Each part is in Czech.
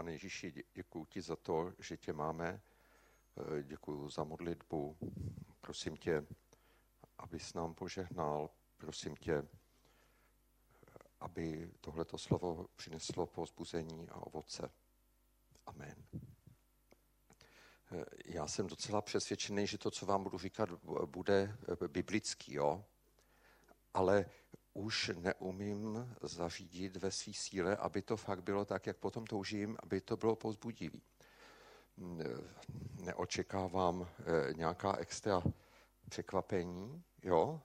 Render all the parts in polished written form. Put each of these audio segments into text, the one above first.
Pane Ježíši, děkuji ti za to, že tě máme. Děkuji za modlitbu. Prosím tě, abys nám požehnal. Prosím tě, aby tohleto slovo přineslo povzbuzení a ovoce. Amen. Já jsem docela přesvědčený, že to, co vám budu říkat, bude biblický, jo? Ale už neumím zařídit ve své síle, aby to fakt bylo tak, jak potom toužím, aby to bylo povzbudivý. Neočekávám nějaká extra překvapení, jo?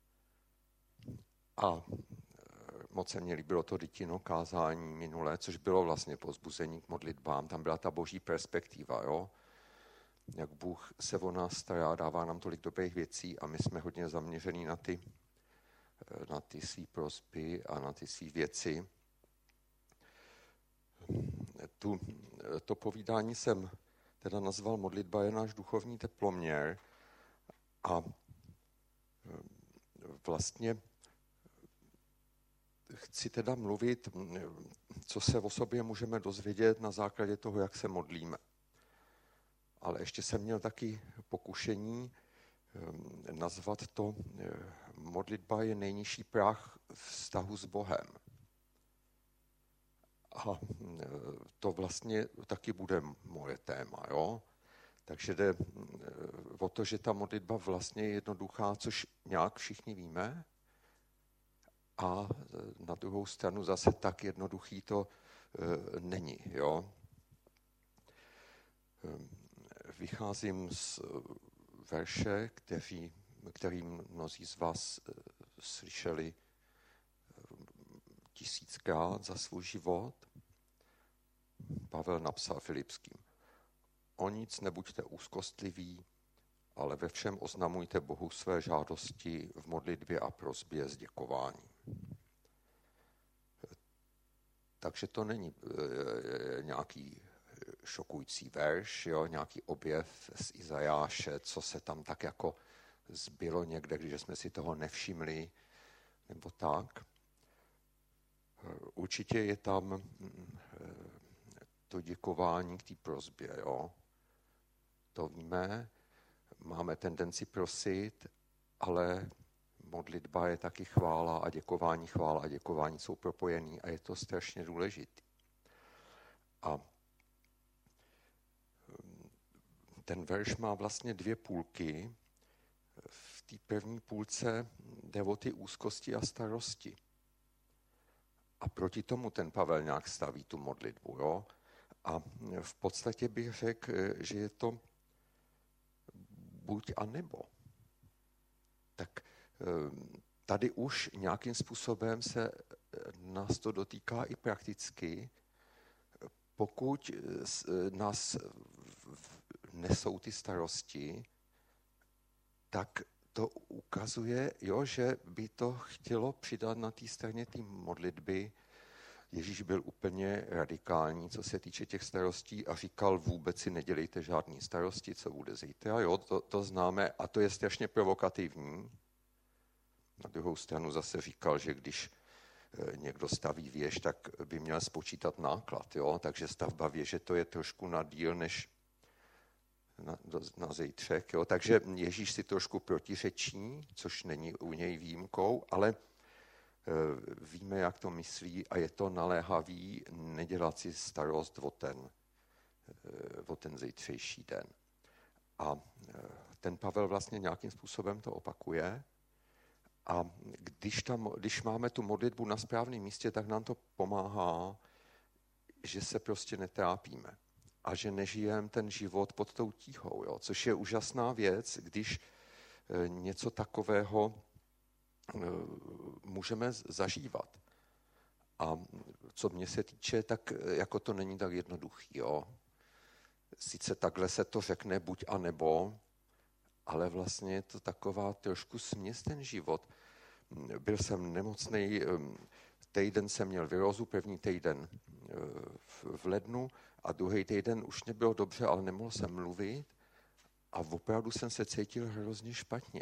A moc se mně líbilo to Rytino kázání minulé, což bylo vlastně povzbuzení k modlitbám. Tam byla ta boží perspektiva, jo? Jak Bůh se o nás stará, dává nám tolik dobrých věcí a my jsme hodně zaměření na ty svý prosby a na ty svý věci. To povídání jsem teda nazval Modlitba je náš duchovní teploměr a vlastně chci teda mluvit, co se o sobě můžeme dozvědět na základě toho, jak se modlíme. Ale ještě jsem měl taky pokušení nazvat to modlitba je nejnižší práh vztahu s Bohem. A to vlastně taky bude moje téma, jo? Takže jde o to, že ta modlitba vlastně je jednoduchá, což nějak všichni víme. A na druhou stranu zase tak jednoduchý to není, jo? Vycházím z verše, který mnozí z vás slyšeli 1000krát za svůj život. Pavel napsal Filipským. O nic nebuďte úzkostliví, ale ve všem oznamujte Bohu své žádosti v modlitbě a prosbě s děkováním. Takže to není nějaký šokující verš, jo, nějaký objev z Izajáše, co se tam tak jako zbylo někde, když jsme si toho nevšimli, nebo tak. Určitě je tam to děkování k té prosbě, jo. To víme, máme tendenci prosit, ale modlitba je taky chvála a děkování jsou propojený a je to strašně důležitý. A ten verš má vlastně 2 půlky. V té první půlce jde o ty úzkosti a starosti. A proti tomu ten Pavel nějak staví tu modlitbu, jo. A v podstatě bych řekl, že je to buď a nebo. Tak tady už nějakým způsobem se nás to dotýká i prakticky. Pokud nás nesou ty starosti, tak to ukazuje, jo, že by to chtělo přidat na té straně té modlitby. Ježíš byl úplně radikální, co se týče těch starostí a říkal, vůbec si nedělejte žádný starosti, co bude zítra. Jo, to známe a to je strašně provokativní. Na druhou stranu zase říkal, že když někdo staví věž, tak by měl spočítat náklad. Jo? Takže stavba věže to je trošku na díl než na zejtřek. Jo? Takže Ježíš si trošku protiřečí, což není u něj výjimkou, ale víme, jak to myslí a je to naléhavý nedělat si starost o ten zítřejší den. A ten Pavel vlastně nějakým způsobem to opakuje. A když máme tu modlitbu na správném místě, tak nám to pomáhá, že se prostě netrápíme a že nežijeme ten život pod tou tíhou, jo? Což je úžasná věc, když něco takového můžeme zažívat. A co mě se týče, tak jako to není tak jednoduchý. Jo? Sice takhle se to řekne buď a nebo, ale vlastně je to taková trošku směs ten život. Byl jsem nemocnej, týden jsem měl virózu, první týden v lednu a druhý týden už mě bylo dobře, ale nemohl jsem mluvit a opravdu jsem se cítil hrozně špatně.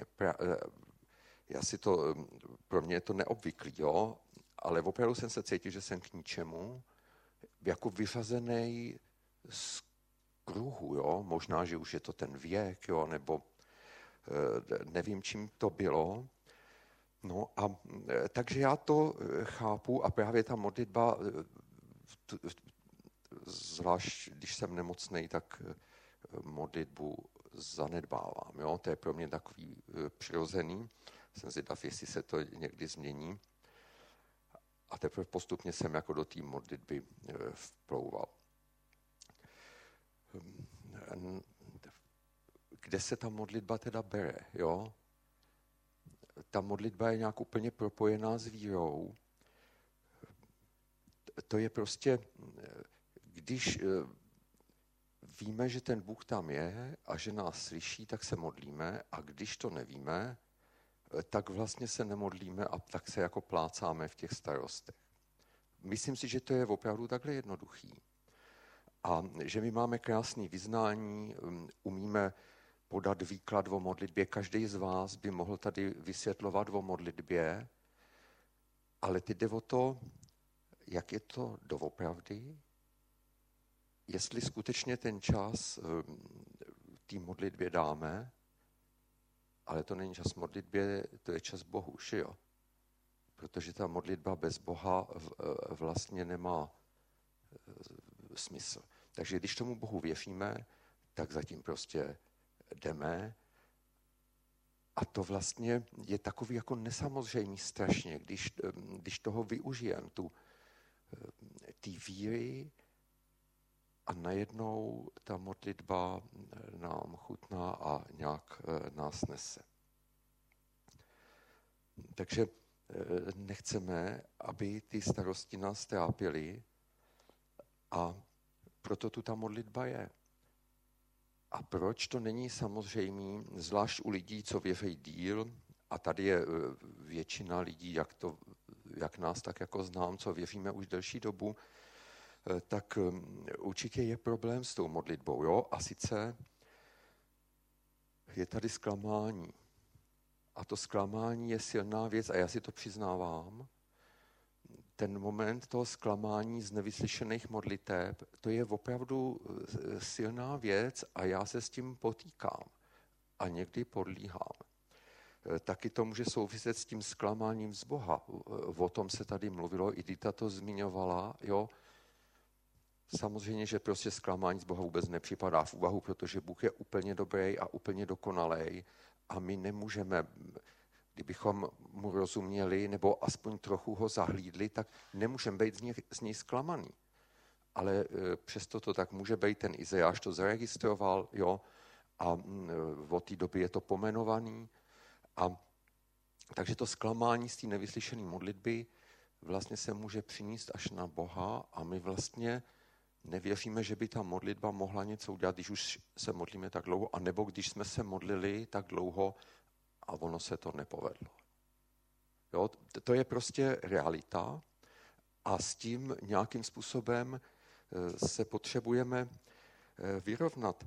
Pro mě je to neobvyklý, jo, ale opravdu jsem se cítil, že jsem k ničemu, jako vyřazený z kruhu, jo? Možná, že už je to ten věk, jo? Nebo nevím, čím to bylo. No a takže já to chápu a právě ta modlitba, zvlášť když jsem nemocnej, tak modlitbu zanedbávám. Jo? To je pro mě takový přirozený. Jsem zvědav, jestli se to někdy změní. A teprve postupně jsem jako do té modlitby vplouval. Kde se ta modlitba teda bere? Jo? Ta modlitba je nějak úplně propojená s vírou. To je prostě, když víme, že ten Bůh tam je a že nás slyší, tak se modlíme, a když to nevíme, tak vlastně se nemodlíme a tak se jako plácáme v těch starostech. Myslím si, že to je opravdu takhle jednoduchý. A že my máme krásný vyznání, umíme podat výklad o modlitbě. Každý z vás by mohl tady vysvětlovat o modlitbě, ale teď jde o to, jak je to doopravdy, jestli skutečně ten čas té modlitbě dáme, ale to není čas modlitbě, to je čas Bohu, že jo? Protože ta modlitba bez Boha vlastně nemá smysl. Takže když tomu Bohu věříme, tak zatím prostě jdeme. A to vlastně je takový jako nesamozřejmý strašně, když toho využijeme, ty víry, a najednou ta modlitba nám chutná a nějak nás nese. Takže nechceme, aby ty starosti nás trápily, a proto tu ta modlitba je. A proč to není samozřejmý, zvlášť u lidí, co věří díl, a tady je většina lidí, jak nás tak jako znám, co věříme už delší dobu, tak určitě je problém s tou modlitbou. Jo? A sice je tady zklamání. A to zklamání je silná věc a já si to přiznávám. Ten moment toho zklamání z nevyslyšených modliteb, to je opravdu silná věc a já se s tím potýkám a někdy podlíhám. Taky to může souviset s tím zklamáním z Boha. O tom se tady mluvilo, i Dita to zmiňovala. Jo? Samozřejmě, že prostě zklamání z Boha vůbec nepřipadá v úvahu, protože Bůh je úplně dobrý a úplně dokonalej a my nemůžeme, kdybychom mu rozuměli nebo aspoň trochu ho zahlídli, tak nemůžeme být z něj zklamaný. Ale přesto to tak může být, ten Izajáš to zaregistroval, jo, a od té doby je to pomenovaný. A takže to zklamání z té nevyslyšené modlitby vlastně se může přinést až na Boha a my vlastně nevěříme, že by ta modlitba mohla něco udělat, když už se modlíme tak dlouho, anebo když jsme se modlili tak dlouho a ono se to nepovedlo. Jo, to je prostě realita a s tím nějakým způsobem se potřebujeme vyrovnat.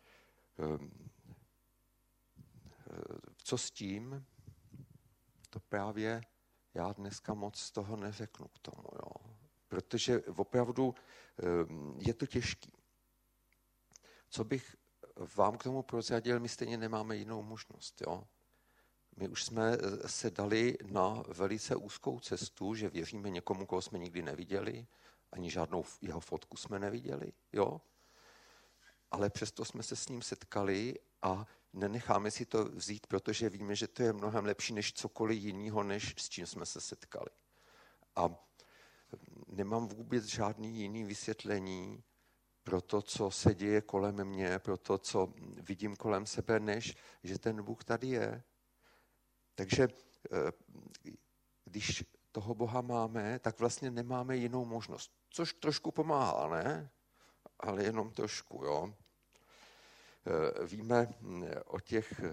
Co s tím? To právě já dneska moc z toho neřeknu k tomu, jo. Protože opravdu je to těžký. Co bych vám k tomu prozradil, my stejně nemáme jinou možnost, jo. My už jsme se dali na velice úzkou cestu, že věříme někomu, koho jsme nikdy neviděli, ani žádnou jeho fotku jsme neviděli, jo. Ale přesto jsme se s ním setkali a nenecháme si to vzít, protože víme, že to je mnohem lepší než cokoliv jiného, než s čím jsme se setkali. A nemám vůbec žádný jiný vysvětlení pro to, co se děje kolem mě, pro to, co vidím kolem sebe, než že ten Bůh tady je. Takže když toho Boha máme, tak vlastně nemáme jinou možnost. Což trošku pomáhá, ne? Ale jenom trošku, jo. Víme o těch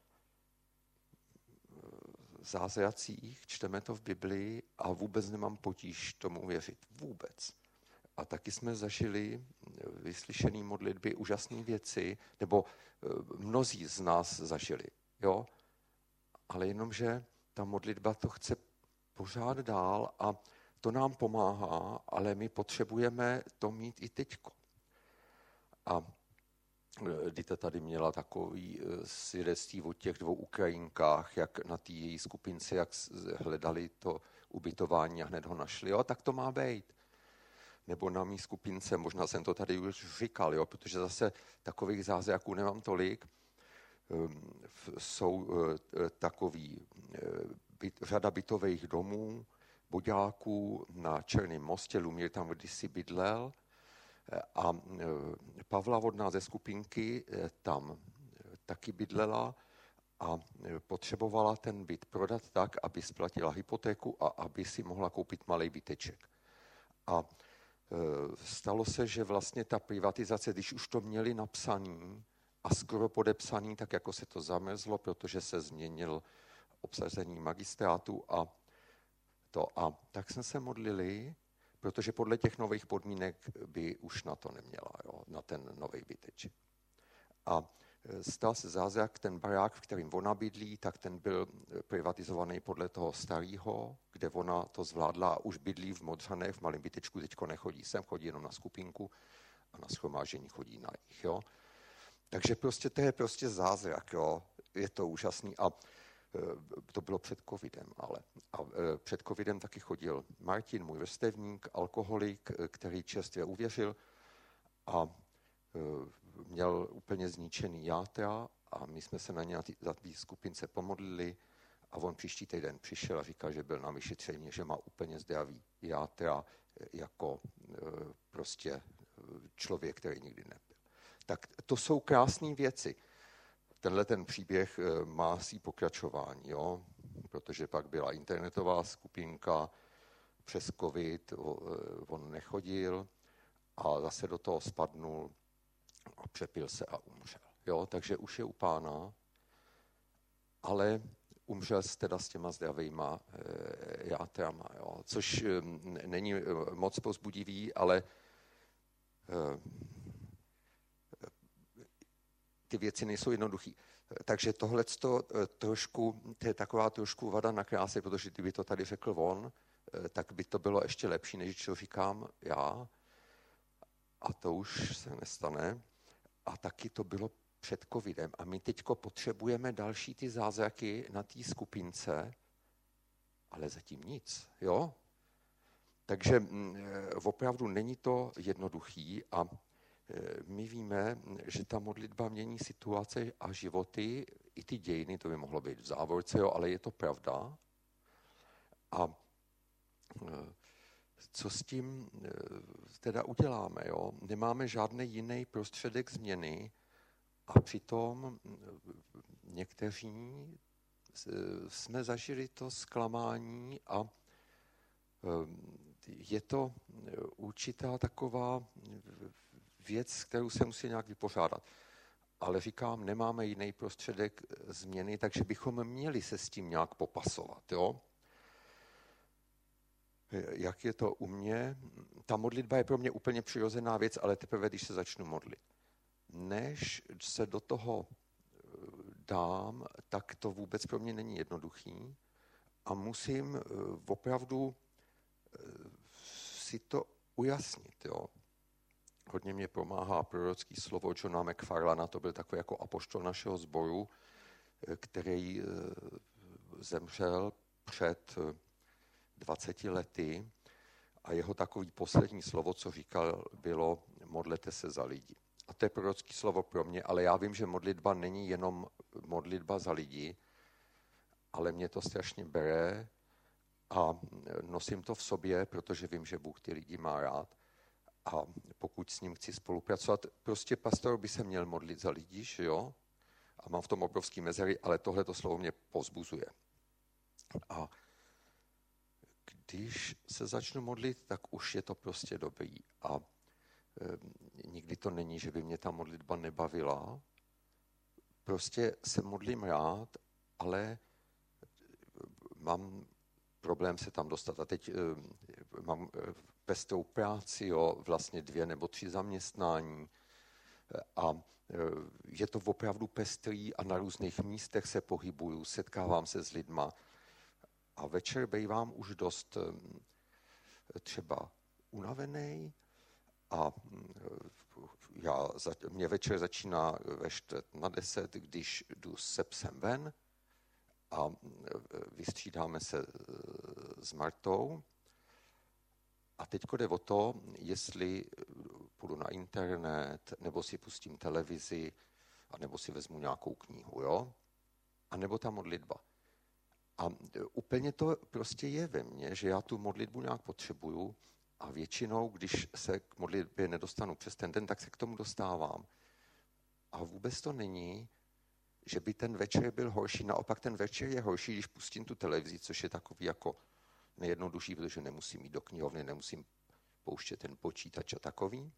zázracích, čteme to v Biblii a vůbec nemám potíž tomu věřit. Vůbec. A taky jsme zažili vyslyšený modlitby, úžasné věci, nebo mnozí z nás zažili, jo. Ale jenomže ta modlitba to chce pořád dál a to nám pomáhá, ale my potřebujeme to mít i teďko. A Dita tady měla takový svědectví o těch 2 Ukrajinkách, jak na té její skupince, jak hledali to ubytování a hned ho našli. Jo, tak to má být. Nebo na mý skupince, možná jsem to tady už říkal, jo, protože zase takových zázraků nemám tolik. Jsou takový řada bytových domů, boďáků na Černém mostě, Lumír tam kdysi bydlel, a Pavla vodná ze skupinky tam taky bydlela a potřebovala ten byt prodat tak, aby splatila hypotéku a aby si mohla koupit malý byteček. A stalo se, že vlastně ta privatizace, když už to měli napsaný a skoro podepsaný, tak jako se to zamrzlo, protože se změnil obsazení magistrátu a tak jsme se modlili, protože podle těch nových podmínek by už na to neměla, jo, na ten nový byteček. A stal se zázrak, ten barák, v kterým ona bydlí, tak ten byl privatizovaný podle toho starého, kde ona to zvládla a už bydlí v Modřanech, v malém bytečku, teďko nechodí sem, chodí jenom na skupinku a na shromáždění chodí na jich. Jo. Takže prostě to je prostě zázrak, jo. Je to úžasný a to bylo před covidem, ale před covidem taky chodil Martin, můj vrstevník, alkoholik, který čerstvě uvěřil a měl úplně zničený játra a my jsme se na ně za té skupince pomodlili a on příští týden přišel a říkal, že byl na vyšetření, že má úplně zdravý játra jako prostě člověk, který nikdy nebyl. Tak to jsou krásné věci. Tenhle ten příběh má svý pokračování, jo? Protože pak byla internetová skupinka, přes covid on nechodil a zase do toho spadnul a přepil se a umřel. Jo? Takže už je u Pána, ale umřel teda s těma zdravýma játrama, jo? Což není moc povzbudivý, ale ty věci nejsou jednoduché. Takže tohleto trošku, to je taková trošku vada na kráse, protože kdyby to tady řekl on, tak by to bylo ještě lepší, než co říkám já. A to už se nestane. A taky to bylo před covidem. A my teďko potřebujeme další ty zázraky na té skupince, ale zatím nic. Jo? Takže opravdu není to jednoduchý a my víme, že ta modlitba mění situace a životy, i ty dějiny, to by mohlo být v závorce, jo, ale je to pravda. A co s tím teda uděláme? Jo? Nemáme žádný jiný prostředek změny a přitom někteří jsme zažili to zklamání a je to určitá taková věc, s kterou se musí nějak vypořádat. Ale říkám, nemáme jiný prostředek změny, takže bychom měli se s tím nějak popasovat. Jo? Jak je to u mě? Ta modlitba je pro mě úplně přirozená věc, ale teprve, když se začnu modlit. Než se do toho dám, tak to vůbec pro mě není jednoduchý a musím opravdu si to ujasnit. Jo? Hodně mě pomáhá prorocký slovo Johna McFarlana, to byl takový jako apoštol našeho sboru, který zemřel před 20 lety a jeho takový poslední slovo, co říkal, bylo modlete se za lidi. A to je prorocký slovo pro mě, ale já vím, že modlitba není jenom modlitba za lidi, ale mě to strašně bere a nosím to v sobě, protože vím, že Bůh ty lidi má rád. A pokud s ním chci spolupracovat, prostě pastor by se měl modlit za lidi, že jo? A mám v tom obrovský mezery, ale tohleto slovo mě povzbuzuje. A když se začnu modlit, tak už je to prostě dobrý. A nikdy to není, že by mě ta modlitba nebavila. Prostě se modlím rád, ale mám problém se tam dostat. A teď mám pestrou práci, jo, vlastně 2 nebo 3 zaměstnání a je to opravdu pestrý a na různých místech se pohybuju, setkávám se s lidma a večer bývám už dost třeba unavený a mě večer začíná ve 9:45, když jdu se psem ven a vystřídáme se s Martou. A teď jde o to, jestli půjdu na internet, nebo si pustím televizi, a nebo si vezmu nějakou knihu, jo? A nebo ta modlitba. A úplně to prostě je ve mně, že já tu modlitbu nějak potřebuju a většinou, když se k modlitbě nedostanu přes ten den, tak se k tomu dostávám. A vůbec to není, že by ten večer byl horší. Naopak ten večer je horší, když pustím tu televizi, což je takový jako nejjednodušší, protože nemusím jít do knihovny, nemusím pouštět ten počítač a takový.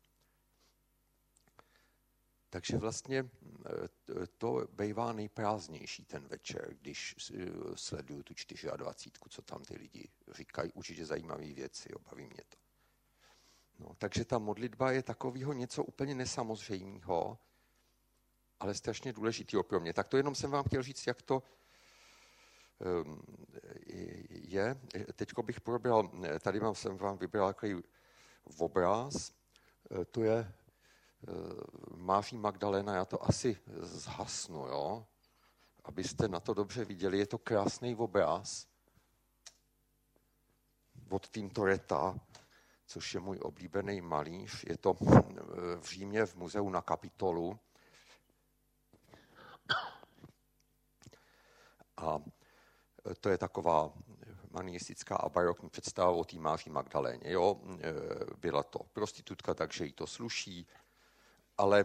Takže vlastně to bývá nejprázdnější ten večer, když sleduju tu 24, co tam ty lidi říkají, určitě zajímavé věci, baví mě to. No, takže ta modlitba je takového něco úplně nesamozřejmého, ale strašně důležitého pro mě. Tak to jenom jsem vám chtěl říct, jak to je. Teďko bych probral, tady jsem vám vybral takový obraz, to je Máří Magdalena, já to asi zhasnu, jo? Abyste na to dobře viděli, je to krásný obraz od Tintoretta, což je můj oblíbený malíř. Je to v Římě v muzeu na Kapitolu. A to je taková manieristická a barokní představa o té Máří Magdaléně. Jo? Byla to prostitutka, takže jí to sluší, ale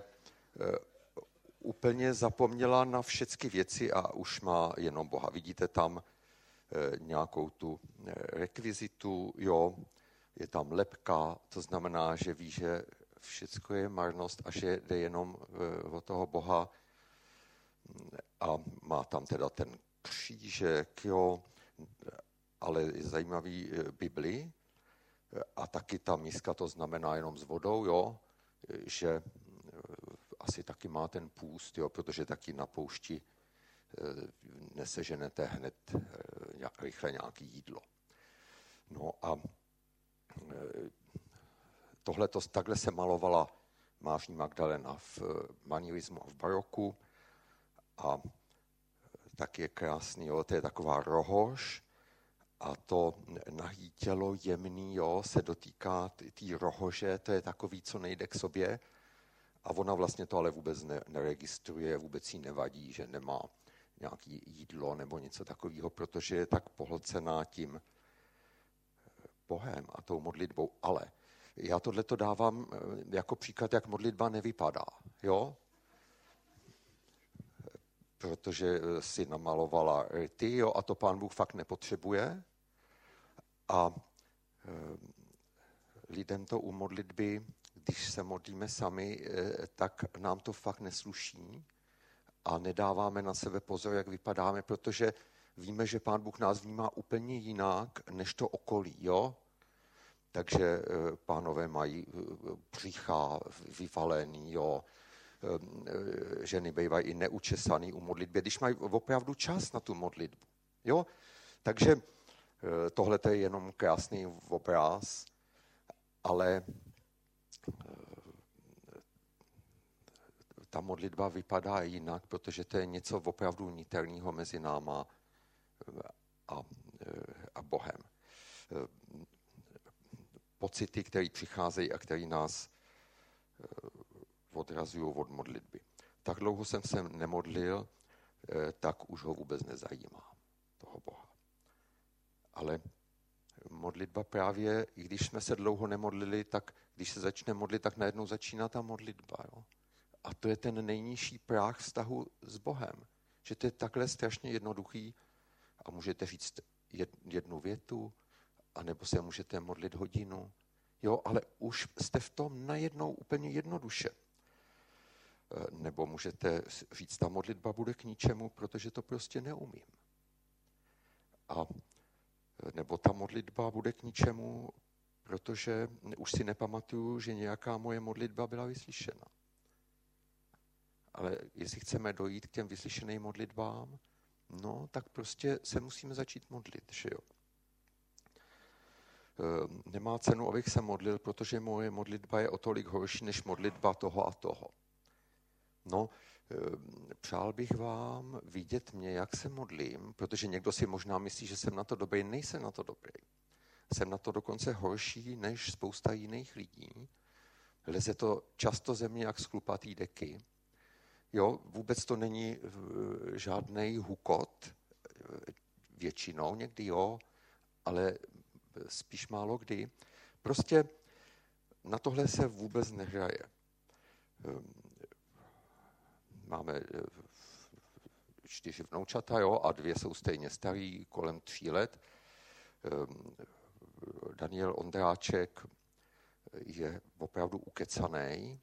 úplně zapomněla na všechny věci a už má jenom Boha. Vidíte tam nějakou tu rekvizitu, jo? Je tam lebka, to znamená, že ví, že všecko je marnost a že jde jenom o toho Boha. A má tam teda ten křížek, jo, ale je zajímavý Bibli. A taky ta miska, to znamená jenom s vodou, jo, že asi taky má ten půst, jo, protože taky na poušti neseženete hned rychle nějaké jídlo. No a takhle se malovala Máří Magdalena v manierismu a v baroku. A tak je krásný, jo, to je taková rohož a to nahý tělo jemný, jo, se dotýká té rohože, to je takový, co nejde k sobě a ona vlastně to ale vůbec neregistruje, vůbec jí nevadí, že nemá nějaký jídlo nebo něco takového, protože je tak pohlcená tím Bohem a tou modlitbou. Ale já tohleto dávám jako příklad, jak modlitba nevypadá, jo? Protože si namalovala rty, jo, a to Pán Bůh fakt nepotřebuje. A lidem to u modlitby, když se modlíme sami, tak nám to fakt nesluší a nedáváme na sebe pozor, jak vypadáme, protože víme, že Pán Bůh nás vnímá úplně jinak, než to okolí, jo? Takže pánové mají břicha vyvalený, jo, ženy bývají i neučesaný u modlitby, když mají opravdu čas na tu modlitbu. Jo? Takže tohle je jenom krásný obraz, ale ta modlitba vypadá jinak, protože to je něco opravdu niterného mezi náma a Bohem. Pocity, které přicházejí a které nás odrazují od modlitby. Tak dlouho jsem se nemodlil, tak už ho vůbec nezajímá, toho Boha. Ale modlitba právě, i když jsme se dlouho nemodlili, tak když se začne modlit, tak najednou začíná ta modlitba. Jo? A to je ten nejnižší práh vztahu s Bohem. Že to je takhle strašně jednoduchý a můžete říct jednu větu, anebo se můžete modlit hodinu. Jo, ale už jste v tom najednou úplně jednoduše. Nebo můžete říct, ta modlitba bude k ničemu, protože to prostě neumím. A nebo ta modlitba bude k ničemu, protože už si nepamatuju, že nějaká moje modlitba byla vyslyšena. Ale jestli chceme dojít k těm vyslyšeným modlitbám, no, tak prostě se musíme začít modlit, že jo. nemá cenu, abych se modlil, protože moje modlitba je o tolik horší než modlitba toho a toho. No, přál bych vám vidět mě, jak se modlím, protože někdo si možná myslí, že jsem na to dobrý. Nejsem na to dobrý. Jsem na to dokonce horší než spousta jiných lidí. Leze to často ze mě jak z chlupatý deky. Jo, vůbec to není žádnej hukot, většinou, někdy jo, ale spíš málo kdy. Prostě na tohle se vůbec nehraje. Máme 4 vnoučata, jo, a 2 jsou stejně starý, kolem 3 let. Daniel Ondráček je opravdu ukecanej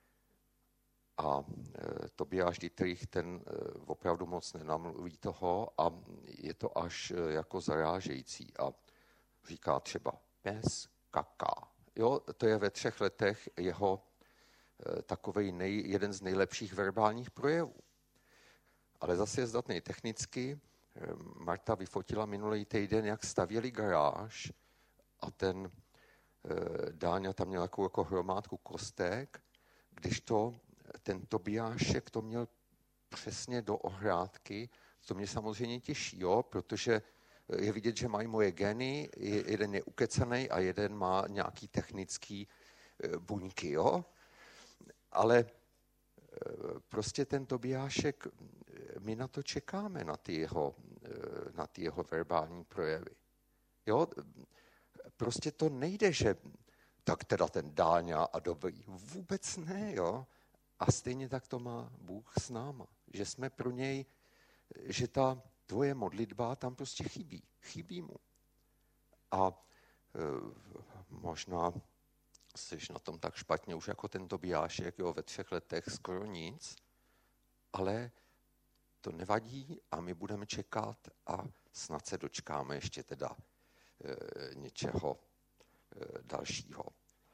a Tobiáš Dietrich, ten opravdu moc nenamluví toho a je to až jako zarážející. A říká třeba pes kaká. Jo, to je ve 3 letech jeho takovej jeden z nejlepších verbálních projevů. Ale zase je zdatný technicky. Marta vyfotila minulý týden, jak stavěli garáž a ten Dáňa tam měl takovou jako hromádku kostek, kdežto ten Tobiášek to měl přesně do ohrádky. To mě samozřejmě těší, jo, protože je vidět, že mají moje geny, jeden je ukecanej a jeden má nějaký technický buňky, jo. Ale prostě ten Tobiášek, my na to čekáme, na ty jeho verbální projevy. Jo, prostě to nejde, že tak teda ten Dáňa a dobrý. Vůbec ne, jo. A stejně tak to má Bůh s náma. Že jsme pro něj, že ta tvoje modlitba tam prostě chybí. Chybí mu. A možná jsi na tom tak špatně už jako ten Tobiášek, jo, ve 3 letech skoro nic, ale to nevadí a my budeme čekat a snad se dočkáme ještě teda něčeho dalšího.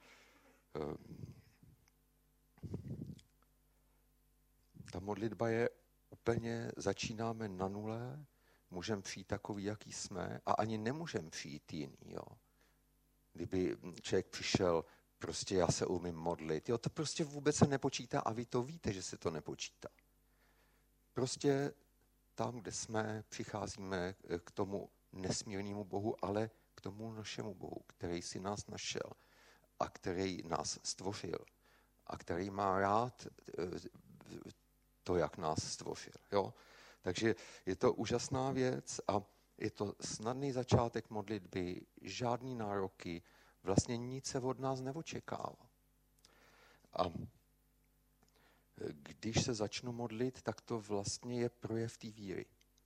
Ta modlitba je úplně, začínáme na nule, můžeme přijít takový, jaký jsme a ani nemůžeme přijít jiný. Jo. Kdyby člověk přišel, prostě já se umím modlit, jo, to prostě vůbec se nepočítá a vy to víte, že se to nepočítá. Prostě tam, kde jsme, přicházíme k tomu nesmírnému Bohu, ale k tomu našemu Bohu, který si nás našel a který nás stvořil a který má rád to, jak nás stvořil. Jo? Takže je to úžasná věc a je to snadný začátek modlitby, žádný nároky, vlastně nic se od nás neočekává. A když se začnu modlit, tak to vlastně je projev té víry.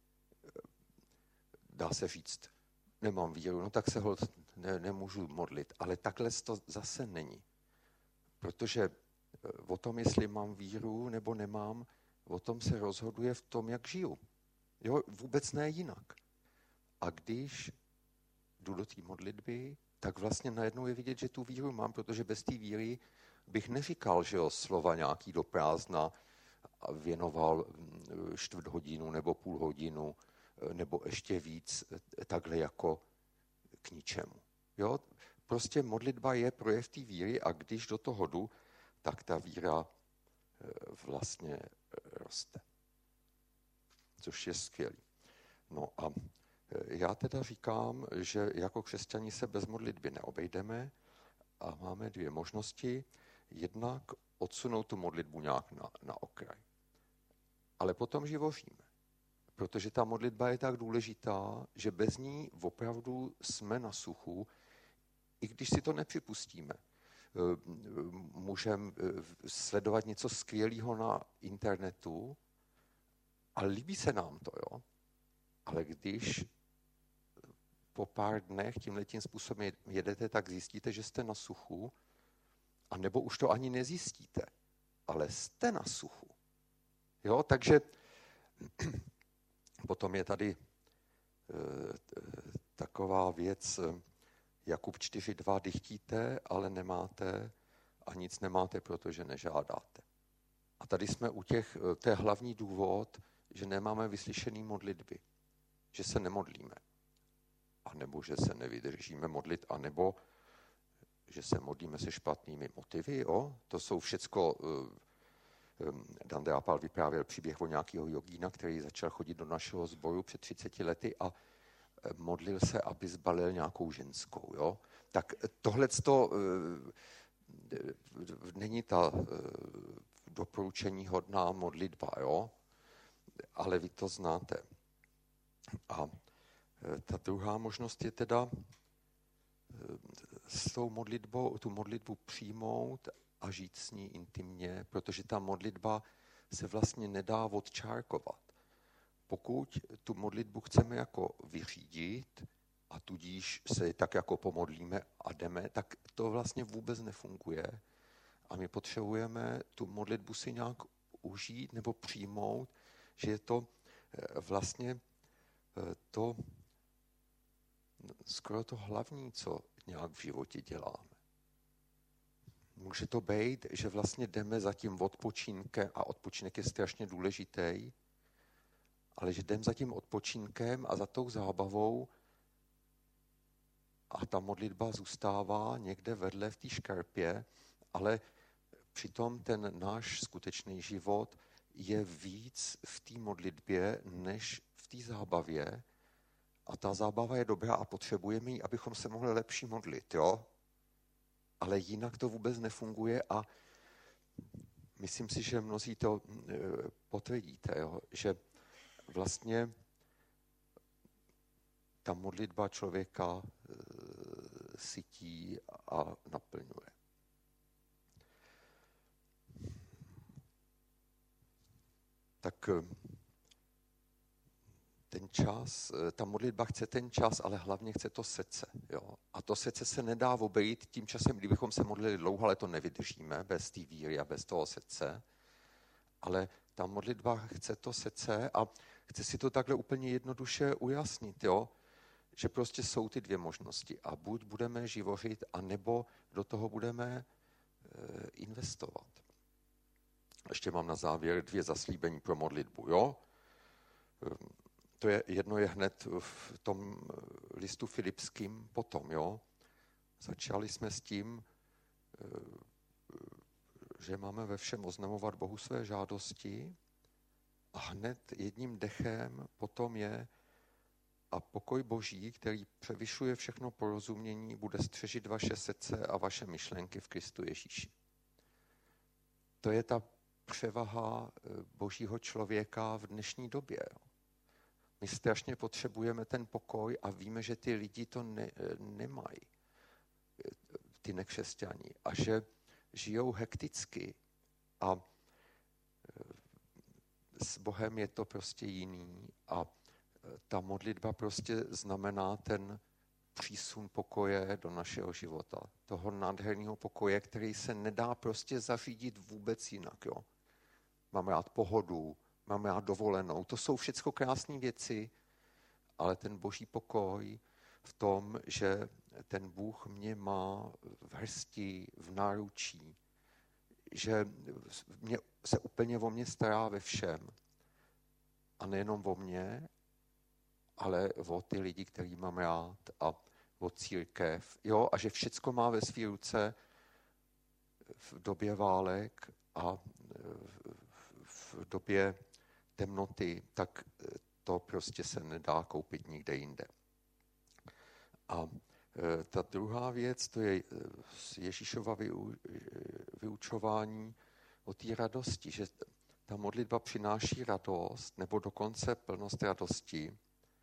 Dá se říct, nemám víru, no tak se nemůžu modlit, ale takhle to zase není. Protože o tom, jestli mám víru nebo nemám, o tom se rozhoduje v tom, jak žiju. Jo, vůbec ne jinak. A když jdu do té modlitby, tak vlastně najednou je vidět, že tu víru mám, protože bez té víry bych neříkal, že jo, slova nějaký do prázdna a věnoval 1/4 hodinu nebo půl hodinu nebo ještě víc takhle jako k ničemu. Jo? Prostě modlitba je projev té víry a když do toho jdu, tak ta víra vlastně roste. Což je skvělý. No a já teda říkám, že jako křesťani se bez modlitby neobejdeme a máme 2 možnosti. Jednak odsunout tu modlitbu nějak na okraj. Ale potom živoříme. Protože ta modlitba je tak důležitá, že bez ní opravdu jsme na suchu, i když si to nepřipustíme. Můžeme sledovat něco skvělého na internetu a líbí se nám to, jo. Ale když po pár dnech tímhletím způsobem jedete, tak zjistíte, že jste na suchu, a nebo už to ani nezjistíte, ale jste na suchu. Jo, takže potom je tady taková věc, Jakub 4.2, dychtíte, ale nemáte a nic nemáte, protože nežádáte. A tady jsme to je hlavní důvod, že nemáme vyslyšený modlitby, že se nemodlíme. anebo že se nevydržíme modlit, anebo že se modlíme se špatnými motivy. Jo? To jsou všecko, Dante Apal vyprávěl příběh o nějakého jogína, který začal chodit do našeho sboru před 30 lety a modlil se, aby zbalil nějakou ženskou. Jo? Tak tohleto není ta doporučení hodná modlitba, jo? Ale vy to znáte. A ta druhá možnost je teda s tou modlitbou, tu modlitbu přijmout a žít s ní intimně, protože ta modlitba se vlastně nedá odčárkovat. Pokud tu modlitbu chceme jako vyřídit a tudíž se tak jako pomodlíme a jdeme, tak to vlastně vůbec nefunguje. A my potřebujeme tu modlitbu si nějak užít nebo přijmout, že je to vlastně to skoro to hlavní, co nějak v životě děláme. Může to být, že vlastně jdeme za tím odpočínkem a odpočinek je strašně důležitý, ale že jdeme za tím odpočínkem a za tou zábavou a ta modlitba zůstává někde vedle v té škarpě, ale přitom ten náš skutečný život je víc v té modlitbě, než v té zábavě. A ta zábava je dobrá a potřebujeme ji, abychom se mohli lepší modlit, jo? Ale jinak to vůbec nefunguje a myslím si, že mnozí to potvrdíte, jo? Že vlastně ta modlitba člověka sytí a naplňuje. Tak ten čas, ta modlitba chce ten čas, ale hlavně chce to srdce. Jo? A to srdce se nedá obejít tím časem, kdybychom se modlili dlouho, ale to nevydržíme bez té víry a bez toho srdce. Ale ta modlitba chce to srdce a chce si to takhle úplně jednoduše ujasnit, jo? Že prostě jsou ty dvě možnosti. A buď budeme živořit, anebo do toho budeme investovat. Ještě mám na závěr 2 zaslíbení pro modlitbu. Jo? To je, jedno je hned v tom listu Filipským potom. Jo? Začali jsme s tím, že máme ve všem oznamovat Bohu své žádosti a hned jedním dechem potom je a pokoj Boží, který převyšuje všechno porozumění, bude střežit vaše srdce a vaše myšlenky v Kristu Ježíši. To je ta převaha Božího člověka v dnešní době. My strašně potřebujeme ten pokoj a víme, že ty lidi to nemají, ty nekřesťaní, a že žijou hekticky a s Bohem je to prostě jiný a ta modlitba prostě znamená ten přísun pokoje do našeho života. Toho nádherného pokoje, který se nedá prostě zařídit vůbec jinak. Jo? Mám rád pohodu, mám rád dovolenou. To jsou všechno krásné věci, ale ten boží pokoj v tom, že ten Bůh mě má v hrsti, v náručí, že se úplně o mě stará ve všem. A nejenom o mě, ale o ty lidi, který mám rád a o církev. Jo? A že všecko má ve své ruce v době válek a v době temnoty, tak to prostě se nedá koupit nikde jinde. A ta druhá věc, to je Ježíšova vyučování o té radosti, že ta modlitba přináší radost, nebo dokonce plnost radosti.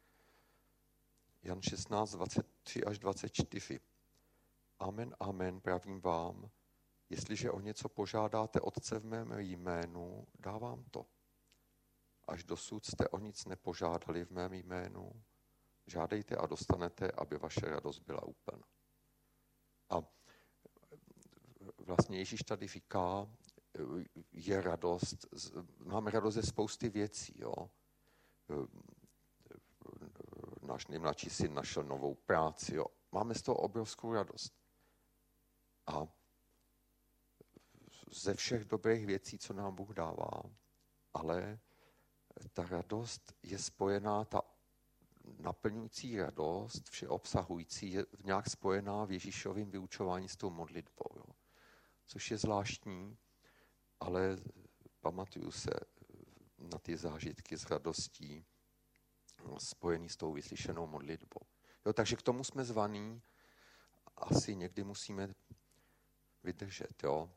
Jan 16, 23 až 24. Amen, amen, pravím vám, jestliže o něco požádáte Otce v mém jménu, dávám to. Až dosud jste o nic nepožádali v mém jménu, žádejte a dostanete, aby vaše radost byla úplná. A vlastně Ježíš tady říká, je radost, máme radost ze spousty věcí. Jo? Náš nejmladší syn našel novou práci. Jo? Máme z toho obrovskou radost. A ze všech dobrých věcí, co nám Bůh dává, ale ta radost je spojená, ta naplňující radost, všeobsahující, je nějak spojená v Ježíšovým vyučování s tou modlitbou. Jo. Což je zvláštní, ale pamatuju se na ty zážitky s radostí spojený s tou vyslyšenou modlitbou. Jo, takže k tomu jsme zvaní, asi někdy musíme vydržet, jo,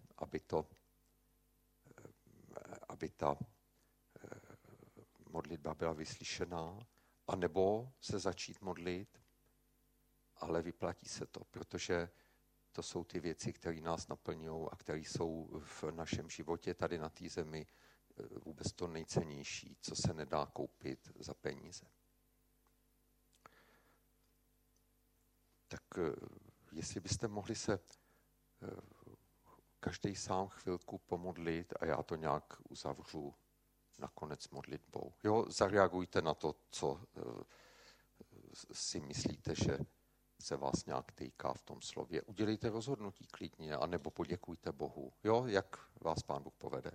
aby ta modlitba byla vyslyšená, anebo se začít modlit, ale vyplatí se to, protože to jsou ty věci, které nás naplňují a které jsou v našem životě tady na té zemi vůbec to nejcennější, co se nedá koupit za peníze. Tak jestli byste mohli se každý sám chvilku pomodlit a já to nějak uzavřu nakonec modlitbou. Jo, zareagujte na to, co si myslíte, že se vás nějak týká v tom slově. Udělejte rozhodnutí klidně, anebo poděkujte Bohu. Jo, jak vás Pán Bůh povede.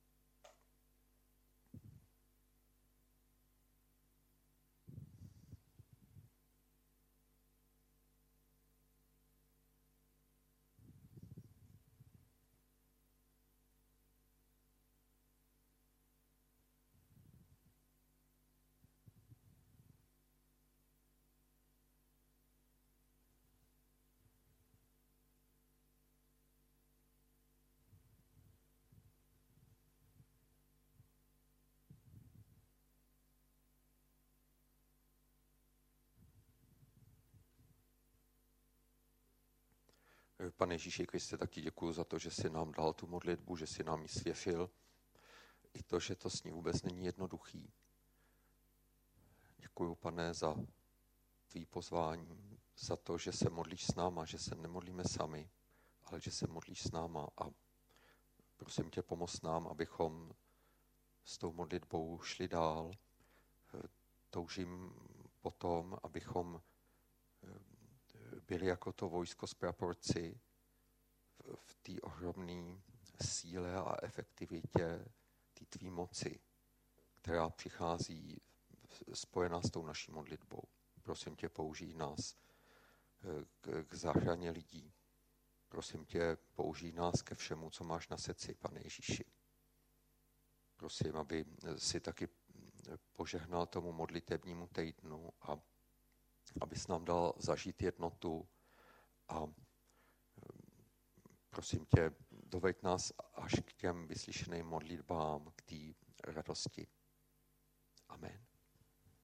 Pane Ježíši Kriste, tak ti děkuju za to, že jsi nám dal tu modlitbu, že jsi nám ji svěřil. I to, že to s ní vůbec není jednoduchý. Děkuju, Pane, za tvý pozvání, za to, že se modlíš s náma, že se nemodlíme sami, ale že se modlíš s náma a prosím tě, pomoz nám, abychom s tou modlitbou šli dál. Toužím potom, abychom byli jako to vojsko s praporci v té ohromné síle a efektivitě té tvý moci, která přichází spojená s tou naší modlitbou. Prosím tě, použij nás k záchraně lidí. Prosím tě, použij nás ke všemu, co máš na srdci, Pane Ježíši. Prosím, aby si taky požehnal tomu modlitebnímu týdnu a abys nám dal zažít jednotu a prosím tě, doveď nás až k těm vyslyšeným modlitbám, k té radosti. Amen.